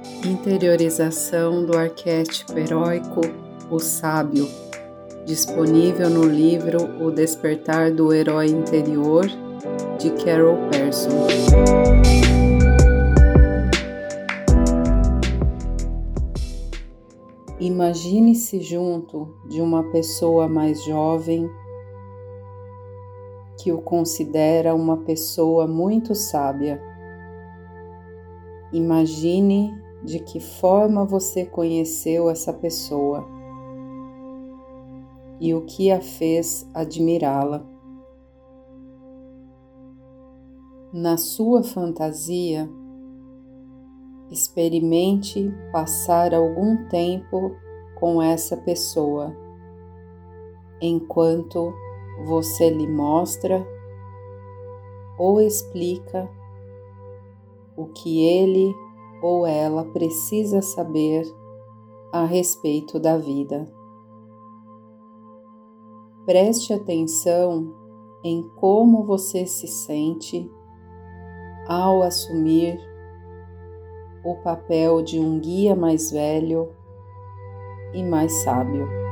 Interiorização do arquétipo heróico, o sábio, disponível no livro O Despertar do Herói Interior, de Carol Pearson. Imagine-se junto de uma pessoa mais jovem que o considera uma pessoa muito sábia. Imagine de que forma você conheceu essa pessoa e o que a fez admirá-la. Na sua fantasia, experimente passar algum tempo com essa pessoa, enquanto você lhe mostra ou explica o que ele ou ela precisa saber a respeito da vida. Preste atenção em como você se sente ao assumir o papel de um guia mais velho e mais sábio.